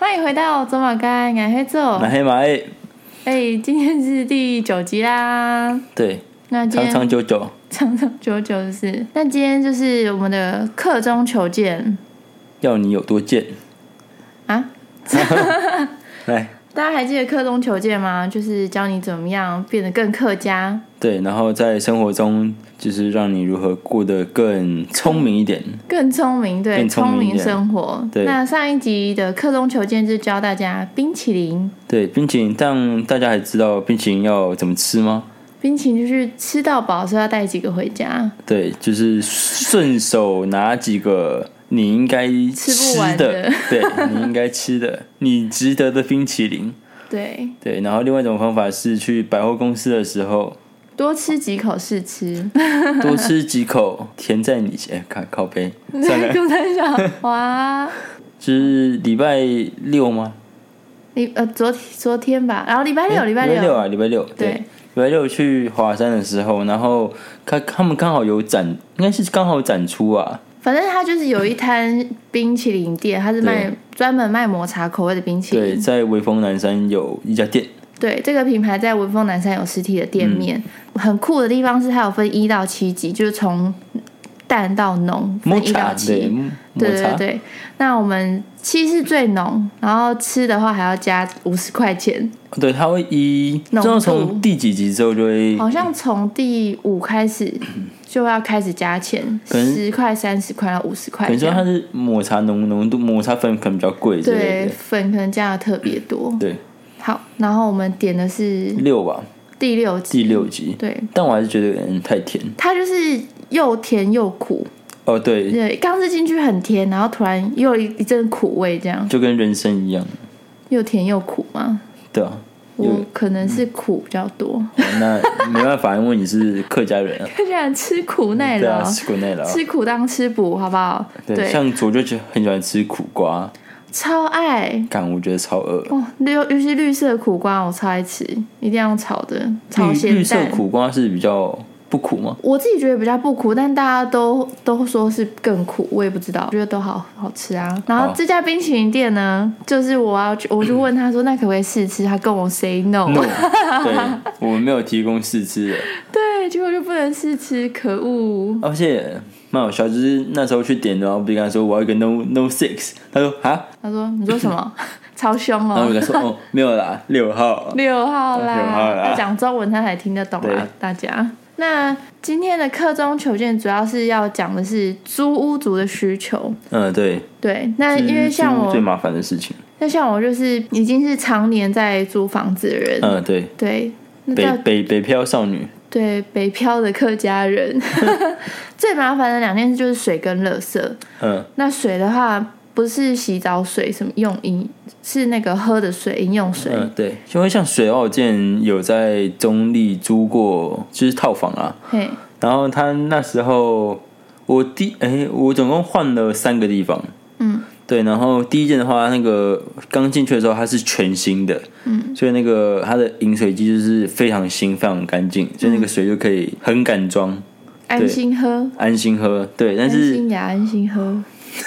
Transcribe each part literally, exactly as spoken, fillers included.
欢迎回到走马街爱黑走， 买黑买黑。 哎，今天是第九集啦。 对， 那今天长长久久， 长长久久是。那今天就是我们的课中求鉴， 要你有多贱啊？ 来， 大家还记得课中求鉴吗？就是教你怎么样变得更客家。 对，然后在生活中就是让你如何过得更聪明一点， 更聪明，对， 更聪明一点聪明生活。 对， 那上一集的课中求鉴就教大家冰淇淋。 对，冰淇淋，但大家还知道冰淇淋要怎么吃吗？ 冰淇淋就是吃到饱，是要带几个回家？ 对，就是顺手拿几个你应该吃吃不完的， 对，你应该吃的，你值得的冰淇淋。 对对，然后另外一种方法是去百货公司的时候， 多吃几口试吃， 多吃几口，甜在你哎，看靠背，算了， 公三小哇， 就是礼拜六吗？ 礼呃昨昨天吧，然后礼拜六，礼拜六， 礼拜六啊，礼拜六， 对， 礼拜六去华山的时候，然后他他们刚好有展，应该是刚好展出啊。 反正他就是有一摊冰淇淋店，他是卖专门卖抹茶口味的冰淇淋。 对，在微风南山有一家店。 对，这个品牌在微风南山有实体的店面。嗯、很酷的地方是它有分一到七级，就是从淡到浓分一到七。对对对对，那我们七是最浓，然后吃的话还要加五十块钱。 对，它会依不知道从第几集之后就会， 好像从第五开始就要开始加钱，十块、三十块到五十块。 可能说它是抹茶浓浓度，抹茶粉可能比较贵之类的， 对，粉可能加的特别多。 对， 好，然后我们点的是六吧， 第六集， 第六集。 对， 但我还是觉得有点太甜， 它就是又甜又苦。 哦，对， 对，刚吃进去很甜，然后突然又有一阵苦味，这样就跟人生一样， 又甜又苦吗？ 对啊。 我可能是苦比较多， 哦、那没办法，因为你是客家人啊。 客家人吃苦耐劳， 对啊，吃苦耐劳， 吃苦当吃补，好不好？ 对， 对， 像左就很喜欢吃苦瓜， 超爱， 干我觉得超饿哦。尤尤其绿色苦瓜，我超爱吃，一定要炒的，炒咸蛋。 绿色苦瓜是比较不苦吗？ 我自己觉得比较不苦，但大家都都说是更苦，我也不知道，我觉得都好好吃啊。然后这家冰淇淋店呢，就是我要去，我就问他说，那可不可以试吃？他跟我 say no，, no 对，我们没有提供试吃的。 对，结果就不能试吃，可恶。 而且蛮好笑，就是那时候去点，然后不是跟他说我要一个 no no six， 他说啊， 他说你说什么？超凶哦！ 然后我跟他说哦，没有啦，六号， 六号啦， 六号啦， 要讲中文他才听得懂啊，大家。那今天的课中求鉴主要是要讲的是租屋族的需求。 嗯，对对，那因为像我最麻烦的事情， 那像我就是已经是常年在租房子的人， 嗯，对对， 北北北漂少女， 对北漂的客家人，最麻烦的两件事就是水跟垃圾。嗯，那水的话不是洗澡水什么用饮，是那个喝的水，饮用水。 嗯，对，因为像水的话，我之前有在中立租过，就是套房啊。嘿，然后他那时候我第哎，我总共换了三个地方。嗯，对，然后第一间的话，那个刚进去的时候它是全新的，嗯，所以那个它的饮水机就是非常新、非常干净，所以那个水就可以很敢装， 安心喝， 安心喝。对，但是安心呀，安心喝。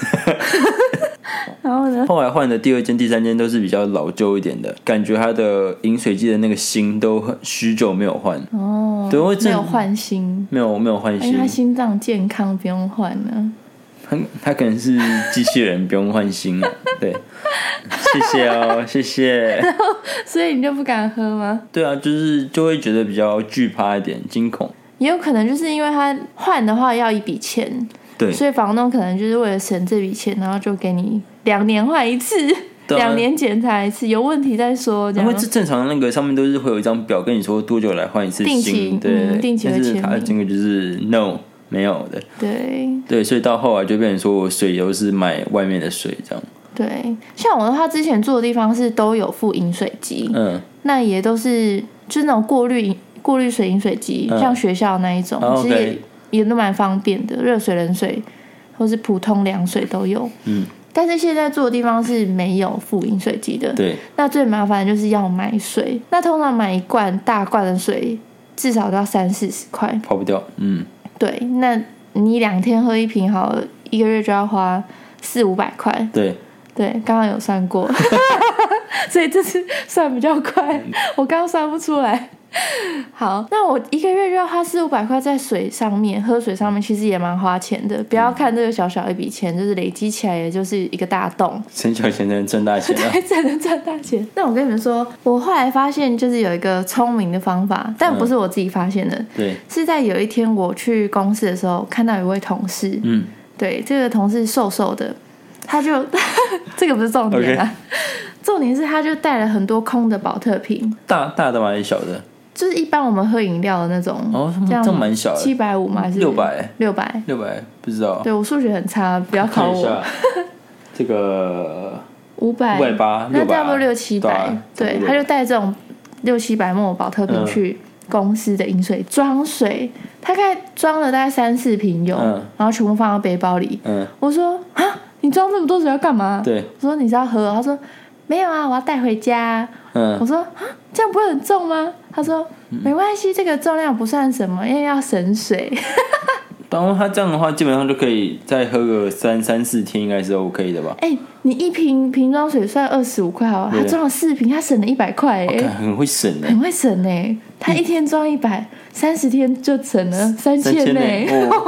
然后呢？ 后来换的第二间、第三间都是比较老旧一点的，感觉它的饮水机的那个芯都很许久没有换。 哦，对，没有换芯， 没有没有换芯， 因为他心脏健康，不用换呢。 他他可能是机器人，不用换芯。对，谢谢哦，谢谢。 所以你就不敢喝吗？ 对啊，就是就会觉得比较惧怕一点，惊恐。 也有可能就是因为他换的话要一笔钱。 对， 所以房东可能就是为了省这笔钱，然后就给你两年换一次，两、啊、年检查一次，有问题再说。 因为正常的那个上面都是会有一张表跟你说多久来换一次新， 定期， 对， 嗯、定期会签名。 但是他这个就是 no 没有的， 对对，所以到后来就变成说我水都是买外面的水这样。 对，像我的话，之前住的地方是都有附饮水机，嗯，那也都是就是那种过滤过滤水饮水机，嗯、像学校那一种， 哦、 其实也。也都蛮方便的，热水、冷水或是普通凉水都有。嗯，但是现在住的地方是没有附饮水机的。 对， 那最麻烦的就是要买水。那通常买一罐大罐的水，至少都要三四十块， 跑不掉。嗯， 对，那你两天喝一瓶好了，一个月就要花四五百块。 对， 对，刚刚有算过，所以这次算比较快，我刚刚算不出来。好，那我一个月就要花四五百块在水上面，喝水上面，其实也蛮花钱的。不要看这个小小一笔钱，就是累积起来也就是一个大洞。 省小钱才能赚大钱啊！ 对，才能赚大钱。那我跟你们说，我后来发现就是有一个聪明的方法，但不是我自己发现的，嗯、 对， 是在有一天我去公司的时候，看到有一位同事，嗯，对，这个同事瘦瘦的，他就这个不是重点啊， okay. 重点是他就带了很多空的保特瓶， 大大的吗？还是小的？ 就是一般我们喝饮料的那种， 哦，这样蛮小的， 七百五吗？还是六百？ 六百？ 六百？不知道。 对，我数学很差，不要考我。 这个五百、 五百八， 那差不多六七百。对，他就带这种六七百毫升保特瓶去公司的饮水装水，他大概装了大概三四瓶有，嗯、然后全部放到背包里。嗯，我说啊，你装这么多水要干嘛？ 对， 我说你是要喝，他说没有啊，我要带回家。嗯，我说啊，这样不会很重吗？他说没关系，这个重量不算什么，因为要省水。 然后他这样的话，基本上就可以再喝个三三四天，应该是 OK 的吧？ 哎、欸，你一瓶瓶装水算二十五块好吧？他装了四瓶，他省了一百块，哎， 很会省哎， 很会省哎。他一天装一百，三十天就省了三千哎。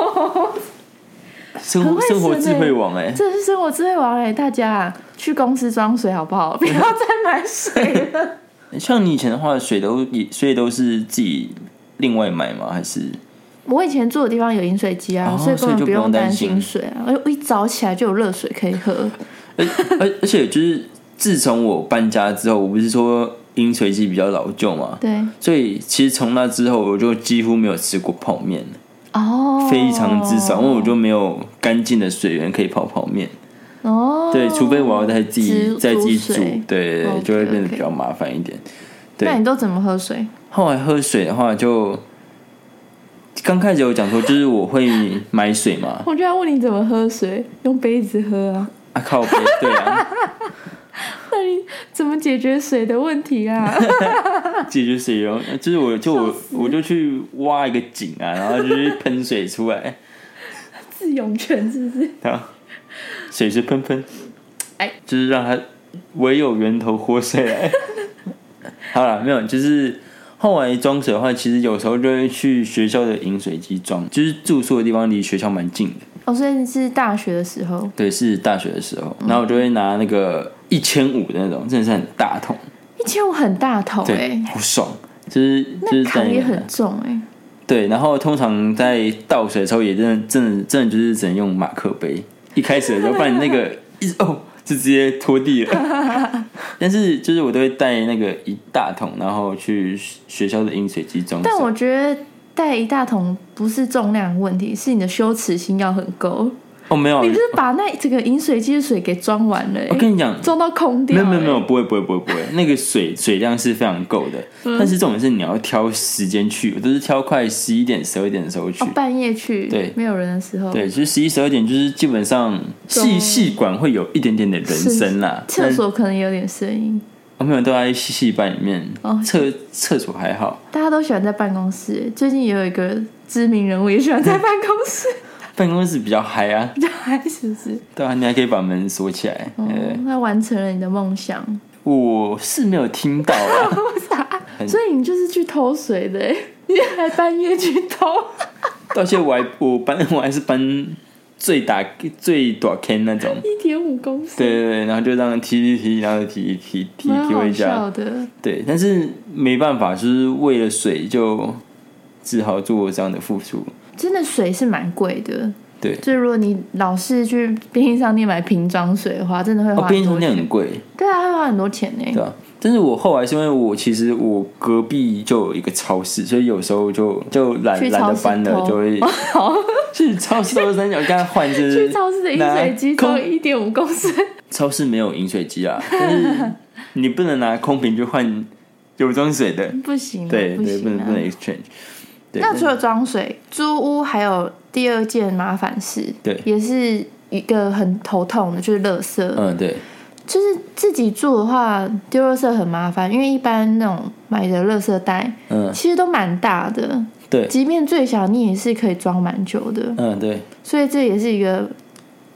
生活生活智慧王哎， 这是生活智慧王哎！大家、啊、去公司装水好不好？不要再买水了。 像你以前的话，水都所以都是自己另外买吗？还是？ 我以前住的地方有饮水机啊，哦、所以根本不用担心水啊。而我一早起来就有热水可以喝。 而而且就是自从我搬家之后，我不是说饮水机比较老旧嘛， 对， 所以其实从那之后我就几乎没有吃过泡面哦， 非常之少，因为我就没有干净的水源可以泡泡面。哦，对，除非我要再自己再自己煮，对对对， okay, 就会变得比较麻烦一点。对， 那你都怎么喝水？ 后来喝水的话就。刚开始有讲说，就是我会买水嘛。 我就要问你怎么喝水，用杯子喝啊？ 啊，靠杯，对啊。 那你怎么解决水的问题啊？ 解决水用，就是我就我我就去挖一个井啊，然后就去喷水出来。 自涌泉是不是？ 啊，水是喷喷，哎，就是让它唯有源头活水来。好了，没有，就是。后来装水的话，其实有时候就会去学校的饮水机装，就是住宿的地方离学校蛮近的。 哦，所以是大学的时候？ 对，是大学的时候，然后我就会拿那个一千五的那种，真的是很大桶。 一千五很大桶哎、欸， 好爽，就是就是那糖也很重哎、欸。 对，然后通常在倒水的时候，也真的真的真的就是只能用马克杯。一开始的时候，不然那个一直哦。就直接拖地了，但是就是我都会带那个一大桶，然后去学校的饮水机装。 但我觉得带一大桶不是重量问题，是你的羞耻心要很够。 哦，没有， 你就是把那这个饮水机的水给装完了、欸。 我跟你讲， 装到空掉、 欸。没有没有没有，不会不会不会不会，那个水水量是非常够的。嗯、但是重点是你要挑时间去，我都是挑快十一点、十二点的时候去。 哦，半夜去， 对， 没有人的时候。 对，就是十一、十二点，就是基本上细细管会有一点点的人声啦， 厕所可能有点声音。 我们都在细细班里面，哦，厕厕所还好。 大家都喜欢在办公室，最近也有一个知名人物也喜欢在办公室。 办公室比较嗨啊， 比较嗨是不是？ 对啊，你还可以把门锁起来。哦， 那完成了你的梦想。 我是没有听到啊， 所以你就是去偷水的，你还半夜去偷。 到现在我还我搬我还是搬最大最大 can 那种， 一点五公升。 对对对，然后就让踢踢踢，然后踢踢踢踢回家。 蛮好笑的。对， 但是没办法，就是为了水，就只好做这样的付出。 真的水是蛮贵的， 对， 就是如果你老是去便利商店买瓶装水的话，真的会花很多钱。 哦，便利商店很贵， 对啊，会花很多钱呢。 对啊，但是我后来是因为我其实我隔壁就有一个超市，所以有时候就就懒懒得搬了，就会去超市偷三角，跟他换就是去超市的饮水机装一点五公升。 超市没有饮水机啊，但是你不能拿空瓶去换有装水的， 不行， 对对， 不行， 不能不能 exchange。 那除了装水，租屋还有第二件麻烦事， 对， 也是一个很头痛的，就是垃圾。 嗯，对， 就是自己住的话，丢垃圾很麻烦，因为一般那种买的垃圾袋，嗯，其实都蛮大的， 对， 即便最小，你也是可以装蛮久的。 嗯，对， 所以这也是一个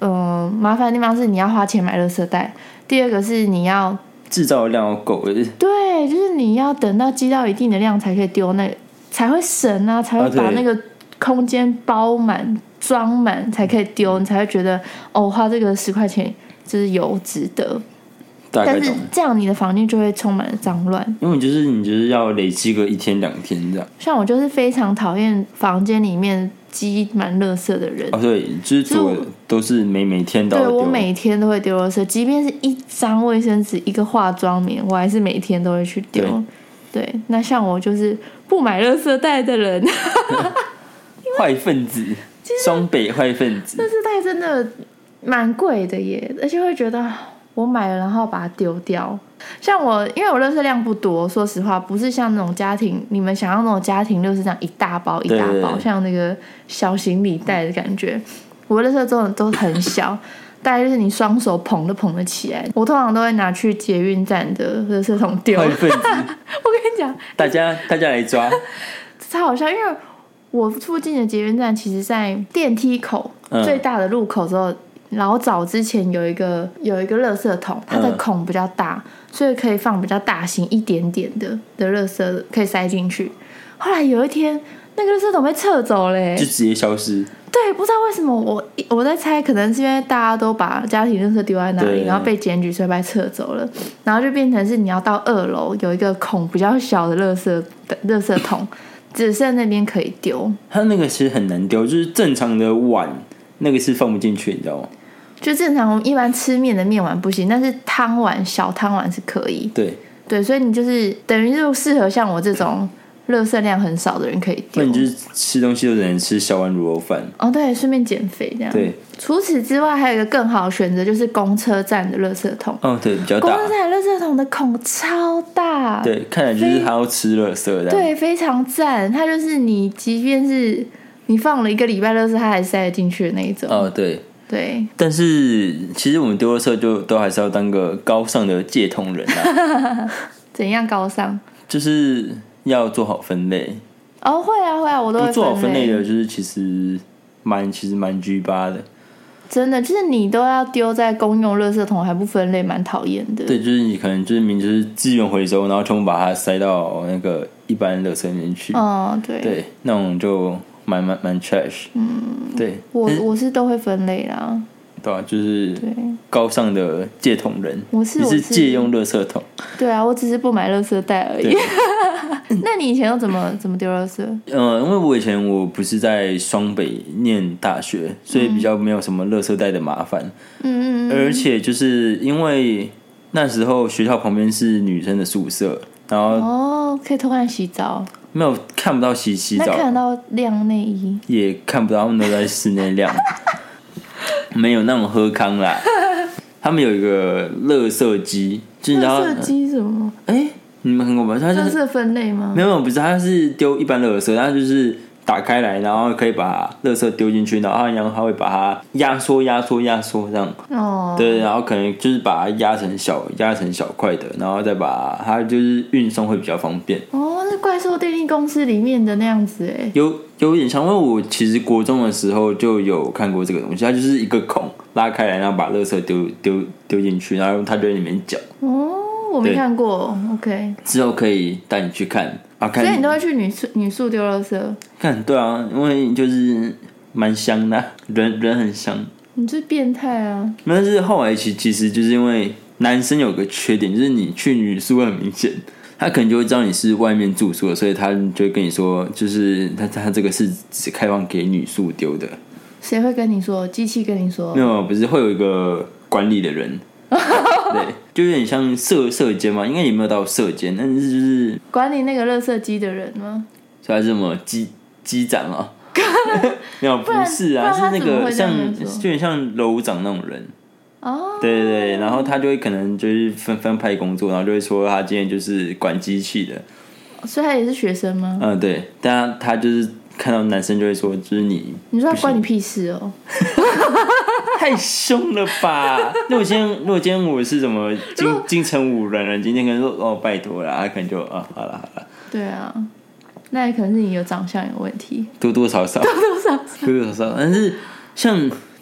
呃麻烦的地方是你要花钱买垃圾袋，第二个是你要制造的量要够。 对，就是你要等到积到一定的量才可以丢，那才会省啊，才会把那个空间包满装满才可以丢，你才会觉得哦，花这个十块钱就是有值得。但是这样你的房间就会充满了脏乱， 因为你就是你就是要累积个一天两天这样。 像我就是非常讨厌房间里面积满垃圾的人。 哦，对，就是做都是每每天都要丢。 对，我每天都会丢垃圾，即便是一张卫生纸、一个化妆棉，我还是每天都会去丢。对，对，那像我就是不买垃圾袋的人， 坏分子，双北坏分子。 垃圾袋真的蛮贵的耶，而且会觉得。我买了然后把它丢掉，像我因为我垃圾量不多，说实话不是像那种家庭你们想要那种家庭垃圾这样一大包一大包，对对对，像那个小行李袋的感觉。我的垃圾真的都很小，大概就是你双手捧都捧得起来。我通常都会拿去捷运站的垃圾桶丢。 坏分子我跟你讲， 大家大家来抓， 超好笑，因为我附近的捷运站其实在电梯口、嗯、最大的入口之后。老早之前有一个有一个垃圾桶，它的孔比较大，嗯、所以可以放比较大型一点点的的垃圾可以塞进去。后来有一天，那个垃圾桶被撤走了、欸， 就直接消失。 对，不知道为什么，我我在猜，可能是因为大家都把家庭垃圾丢在那里，然后被检举，所以被撤走了。然后就变成是你要到二楼有一个孔比较小的垃圾的垃圾桶，只剩那边可以丢。 它那个其实很难丢，就是正常的碗那个是放不进去，你知道吗？ 就正常我们一般吃面的面碗不行，但是汤碗小汤碗是可以。 对对，所以你就是等于就适合像我这种垃圾量很少的人可以丢。 那你就是吃东西都只能吃小碗卤肉饭。 哦，对，顺便减肥这样。 对。 除此之外，还有一个更好的选择，就是公车站的垃圾桶。 哦，对，比较大。 公车站的垃圾桶的孔超大。 对，看起来就是他要吃垃圾的。 对，非常赞。它就是你即便是你放了一个礼拜垃圾，它还塞得进去的那一种。 哦，对。 对， 但是其实我们丢垃圾就都还是要当个高尚的戒桶人啊。 怎样高尚？ 就是要做好分类。 哦，会啊会啊，我都会分类。 不做好分类的，就是其实蛮其实蛮G八的。 真的，就是你都要丢在公用垃圾桶还不分类，蛮讨厌的。 对，就是你可能就是明就是资源回收，然后全部把它塞到那个一般垃圾里面去。 哦，对， 对，那种就。蛮蛮蛮 trash， 嗯， 对， 我我是都会分类啦， 对啊，就是高尚的戒桶人， 我是你是戒用垃圾桶， 对啊，我只是不买垃圾袋而已。那你以前都怎么怎么丢垃圾？ 呃，因为我以前我不是在双北念大学，所以比较没有什么垃圾袋的麻烦，嗯嗯，而且就是因为那时候学校旁边是女生的宿舍，然后哦，可以偷看洗澡。 没有看不到洗洗澡， 那看得到晾内衣， 也看不到，他们都在室内晾，没有那种喝康啦。他们有一个垃圾机，就是垃圾机什么？ 哎、欸，你们看过吗？它就是垃圾分类吗？ 没有，不是，它是丢一般垃圾，它就是打开来，然后可以把垃圾丢进去，然后然后它会把它压缩、压缩、压缩这样。哦，对，然后可能就是把它压成小、压成小块的，然后再把它就是运送会比较方便。 哦，是怪兽电力公司里面的那样子哎， 有有点像，因为我其实国中的时候就有看过这个东西，它就是一个孔拉开来，然后把垃圾丢丢丢进去，然后它就在里面搅。 哦，我没看过 ，OK。 之后可以带你去看。啊、 所以你都会去女宿女宿丢垃圾？ 看，对啊，因为就是蛮香的，人人很香。 你是变态啊！ 但是后来其其实就是因为男生有个缺点，就是你去女宿很明显，他可能就会知道你是外面住宿的，所以他就会跟你说，就是他他这个是只开放给女宿丢的。 谁会跟你说？机器跟你说？ 没有，不是会有一个管理的人。对，就有点像舍舍监嘛，应该也没有到舍监，但是就是管理那个垃圾机的人吗？ 所以他是什么机机长啊？没有，不是啊，是那个像就有点像楼长那种人。哦，对对对，然后他就会可能就是分分派工作，然后就会说他今天就是管机器的。 所以他也是学生吗？ 嗯，对，但他他就是看到男生就会说，就是你， 你说他关你屁事哦。 太凶了吧！如果今天如果今天我是什么金金城武人人，今天可能说哦拜托啦，他可能就啊好了好了。 对啊，那可能是你有长相有问题， 多多少少， 多多少少， 多多少少。但是像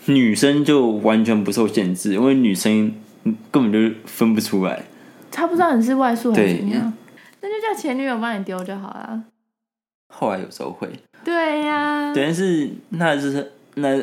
女生就完全不受限制，因为女生根本就分不出来。 他不知道你是外宿还是怎么样，那就叫前女友帮你丢就好了。 后来有时候会。 对呀、啊。 但是那就是那。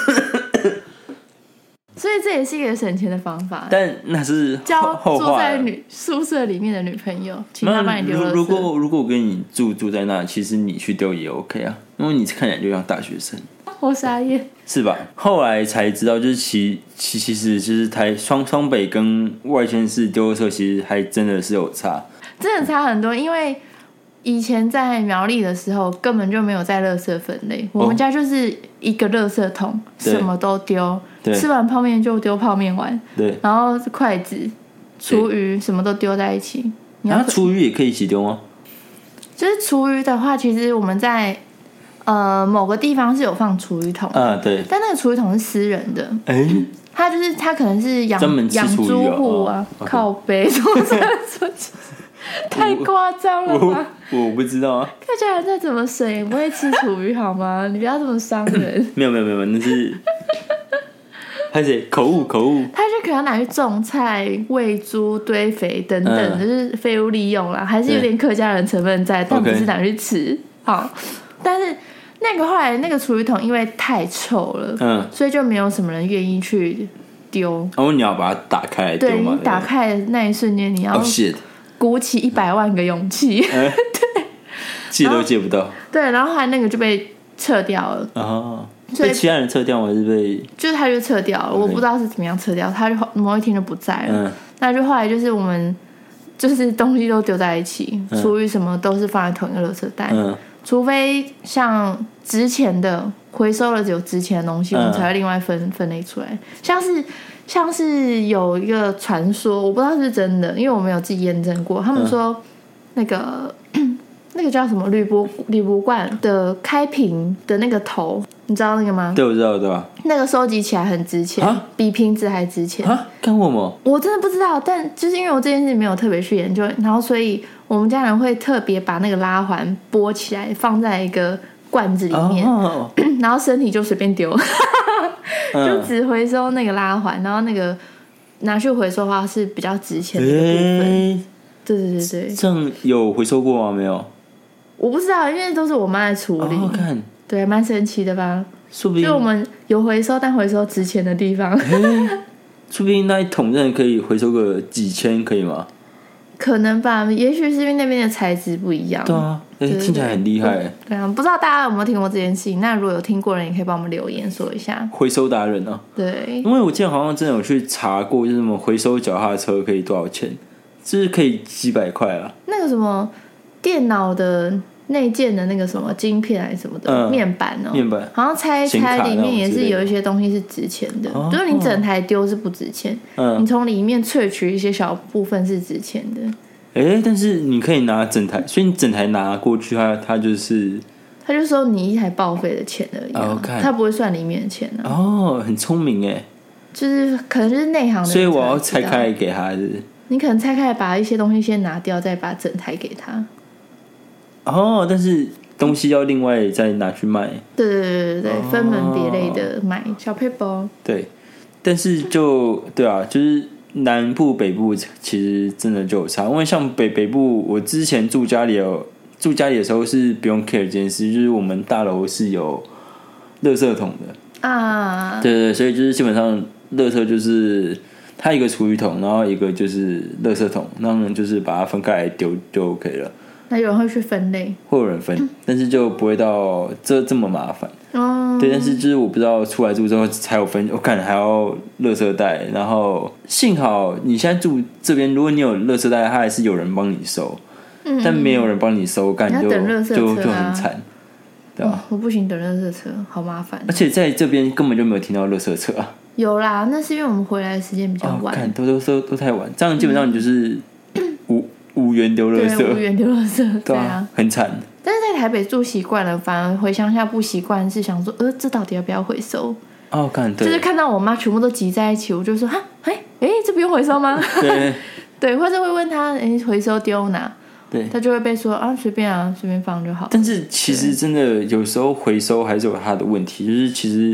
所以这也是一个省钱的方法， 但那是交住在女宿舍里面的女朋友，请她帮你丢垃圾。 如果如果我跟你住住在那，其实你去丢也 OK 啊，因为你看起来就像大学生。 我傻眼， 是吧？后来才知道，就是其其其实就是台双双北跟外县市丢垃圾，其实还真的是有差， 真的差很多，因为。以前在苗栗的时候根本就没有在垃圾分类，我们家就是一个垃圾桶，什么都丢，吃完泡面就丢泡面碗，对，然后筷子、厨余什么都丢在一起。 然后厨余也可以一起丢吗？ 就是厨余的话，其实我们在呃某个地方是有放厨余桶啊，对，但那个厨余桶是私人的，哎、欸，他就是他可能是养养猪户啊，哦、靠北什么什么。太夸张了吧！ 我, 我不知道啊。 客家人再怎么水也不会吃厨余好吗？你不要这么伤人。 没有没有没有，那是还是口误口误。 他就可能拿去种菜、喂猪、堆肥等等，嗯、就是废物利用啦，还是有点客家人成分在，但不是拿去吃。好，但是那个后来那个厨余桶因为太臭了，嗯，所以就没有什么人愿意去丢。 哦，你要把它打开来丢嘛？ 对，你打开的那一瞬间，你要。Oh, shit.鼓起一百万个勇气，欸、对， 借都借不到。 对，然后后来那个就被撤掉了。哦， 被其他人撤掉吗？还是被？ 就是他就撤掉了， okay. 我不知道是怎么样撤掉，他就某一天就不在了。嗯，那就后来就是我们就是东西都丢在一起，厨余什么都是放在同一个垃圾袋。嗯，除非像值钱的回收了只有值钱的东西，嗯、我们才会另外分分类出来，像是。像是有一个传说，我不知道是不是真的，因为我没有自己验证过。他们说那个、嗯、那个叫什么铝箔铝箔罐的开瓶的那个头，你知道那个吗？ 对，我知道，对吧？ 那个收集起来很值钱，比瓶子还值钱啊！干过吗？ 我真的不知道，但就是因为我这件事情没有特别去研究，然后所以我们家人会特别把那个拉环拨起来，放在一个罐子里面，哦、然后身体就随便丢。就只回收那个拉环，然后那个拿去回收的话是比较值钱的一个部分。欸、对对对对， 这样有回收过吗？没有， 我不知道，因为都是我妈在处理。 哦，看， 对，蛮神奇的吧？ 说不定就我们有回收，但回收值钱的地方。 欸、说不定那一桶真的可以回收个几千，可以吗？ 可能吧，也许是因为那边的材质不一样。 对啊，欸、听起来很厉害。 对啊，不知道大家有没有听过这件事情？那如果有听过的人，也可以帮我们留言说一下。 回收达人啊， 对， 因为我记得好像真的有去查过，就是什么回收脚踏车可以多少钱，就是可以几百块啊。 那个什么电脑的内建的那个什么晶片还是什么的、嗯、面板哦， 面板好像拆拆里面也是有一些东西是值钱的，就是你整台丢是不值钱，嗯，你从里面萃取一些小部分是值钱的。 哎、欸，但是你可以拿整台，所以你整台拿过去，它它就是他就说你一台报废的钱而已、啊， oh, 他不会算里面的钱啊。 哦，很聪明哎， 就是可能就是内行的人， 所以我要拆开给他是不是？ 你可能拆开把一些东西先拿掉，再把整台给他。 哦，但是东西要另外再拿去卖。 对对对对对，哦、分门别类的买小配包。 对，但是就对啊，就是南部北部其实真的就有差，因为像北北部，我之前住家里有住家里的时候是不用 care 这件事，就是我们大楼是有垃圾桶的啊。对对对，所以就是基本上垃圾就是它一个厨余桶，然后一个就是垃圾桶，那么就是把它分开来丢就 OK 了。 那有人会去分类， 会有人分，嗯、但是就不会到这这么麻烦。哦，对，但是就是我不知道出来住之后才有分，我看还要垃圾袋，然后幸好你现在住这边，如果你有垃圾袋，它还是有人帮你收，嗯、但没有人帮你收，干就等垃圾车、啊、 就就很惨，对吧、 哦？我不行，等垃圾车好麻烦， 而且在这边根本就没有听到垃圾车啊。 有啦，那是因为我们回来的时间比较晚， 哦、都都都都太晚，这样基本上你就是无。无缘丢垃圾， 对，无缘丢垃圾， 对啊，很惨。 但是在台北住习惯了，反而回乡下不习惯，是想说，呃，这到底要不要回收？ 哦，看，对， 就是看到我妈全部都挤在一起，我就说，哈，哎哎，这不用回收吗？对，对，或者会问他，哎，回收丢哪？对，他就会被说啊，随便啊，随便放就好。 但是其实真的有时候回收还是有它的问题，就是其实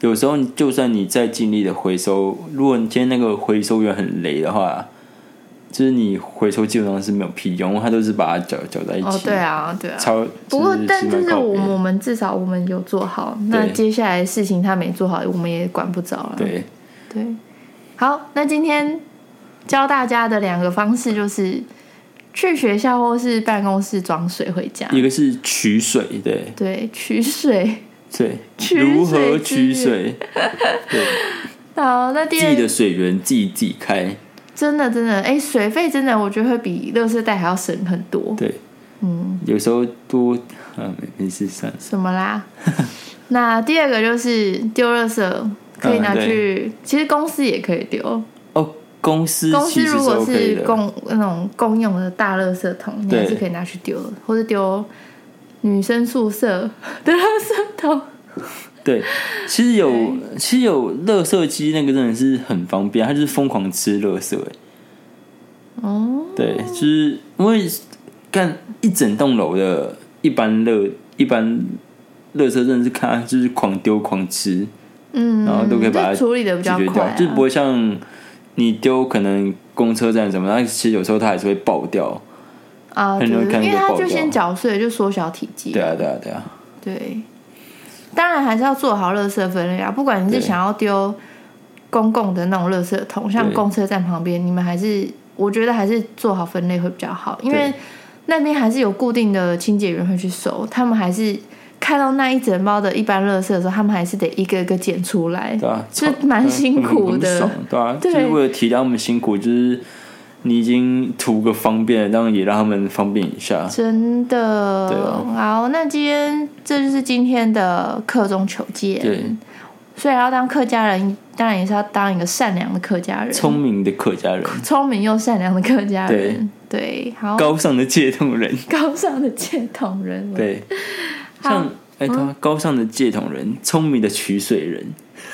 有时候就算你再尽力的回收，如果你今天那个回收员很雷的话，就是你回收基本上是没有屁用，他都是把它搅搅在一起。 哦，对啊，对啊。 超不过，但就是我们我们至少我们有做好，那接下来的事情他没做好，我们也管不着了。 对对。好，那今天教大家的两个方式就是去学校或是办公室装水回家。 一个是取水，对对，取水。 对，如何取水？对。 好，那第二自己的水源自己自己开。 真的真的，哎，水费真的我觉得会比垃圾袋还要省很多。 对， 嗯， 有时候多啊，没事算了。 什么啦？那第二个就是丢垃圾，可以拿去，嗯、其实公司也可以丢。 哦，公司公司如果是公那种公用的大垃圾桶，你还是可以拿去丢的，或者丢女生宿舍的垃圾桶。 对，其实有其实有垃圾机，那个真的是很方便，它就是疯狂吃垃圾。 哦， 对，就是因为干一整栋楼的一般垃一般垃圾真的是看它就是狂丢狂吃， 嗯， 然后都可以把它处理的比较快、啊， 就不会像你丢可能公车站什么，它其实有时候它还是会爆掉啊，对，因为它就先搅碎就缩小体积。 对啊，对啊，对啊， 对。当然还是要做好垃圾分类啊！不管你是想要丢公共的那种垃圾桶，像公车站旁边，你们还是我觉得还是做好分类会比较好，因为那边还是有固定的清洁员会去收，他们还是看到那一整包的一般垃圾的时候，他们还是得一个一个捡出来， 对啊， 是蛮辛苦的， 嗯、对啊，对，就是为了体谅他们辛苦，就是你已经图个方便，当然也让他们方便一下， 真的。 对啊， 好，那今天这就是今天的课中求鉴。 对， 所以要当客家人，当然也是要当一个善良的客家人， 聪明的客家人， 聪明又善良的客家人，对，对，好， 高尚的戒统人， 高尚的戒统人， 对，像哎，他、嗯、高尚的戒统人，聪明的取水人。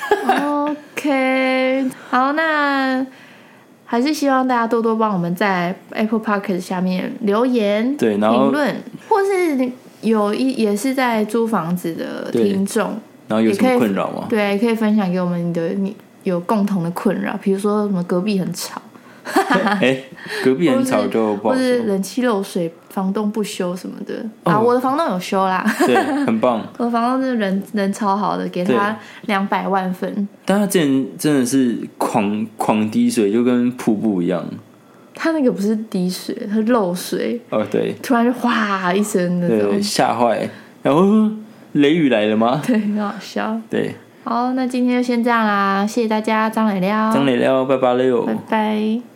OK， 好，那还是希望大家多多帮我们在 Apple Podcast 下面留言、 对，然后评论，或是有一也是在租房子的听众。 然后有什么困扰吗？ 对，可以分享给我们你的你有共同的困扰，比如说什么隔壁很吵， 哎，隔壁很吵就不好说， 或是冷气漏水，房东不修什么的、哦、啊。我的房东有修啦， 对，很棒。 我的房东是人人超好的，给他两百万分。 但他之前真的是狂狂滴水，就跟瀑布一样。 他那个不是滴水，他是漏水。 哦，对， 突然就哗一声那种， 对，吓坏，然后。雷雨来了吗？ 对，很好笑。 对， 好，那今天就先这样啦，谢谢大家，张磊料， 张磊料，拜拜了哟， 拜拜。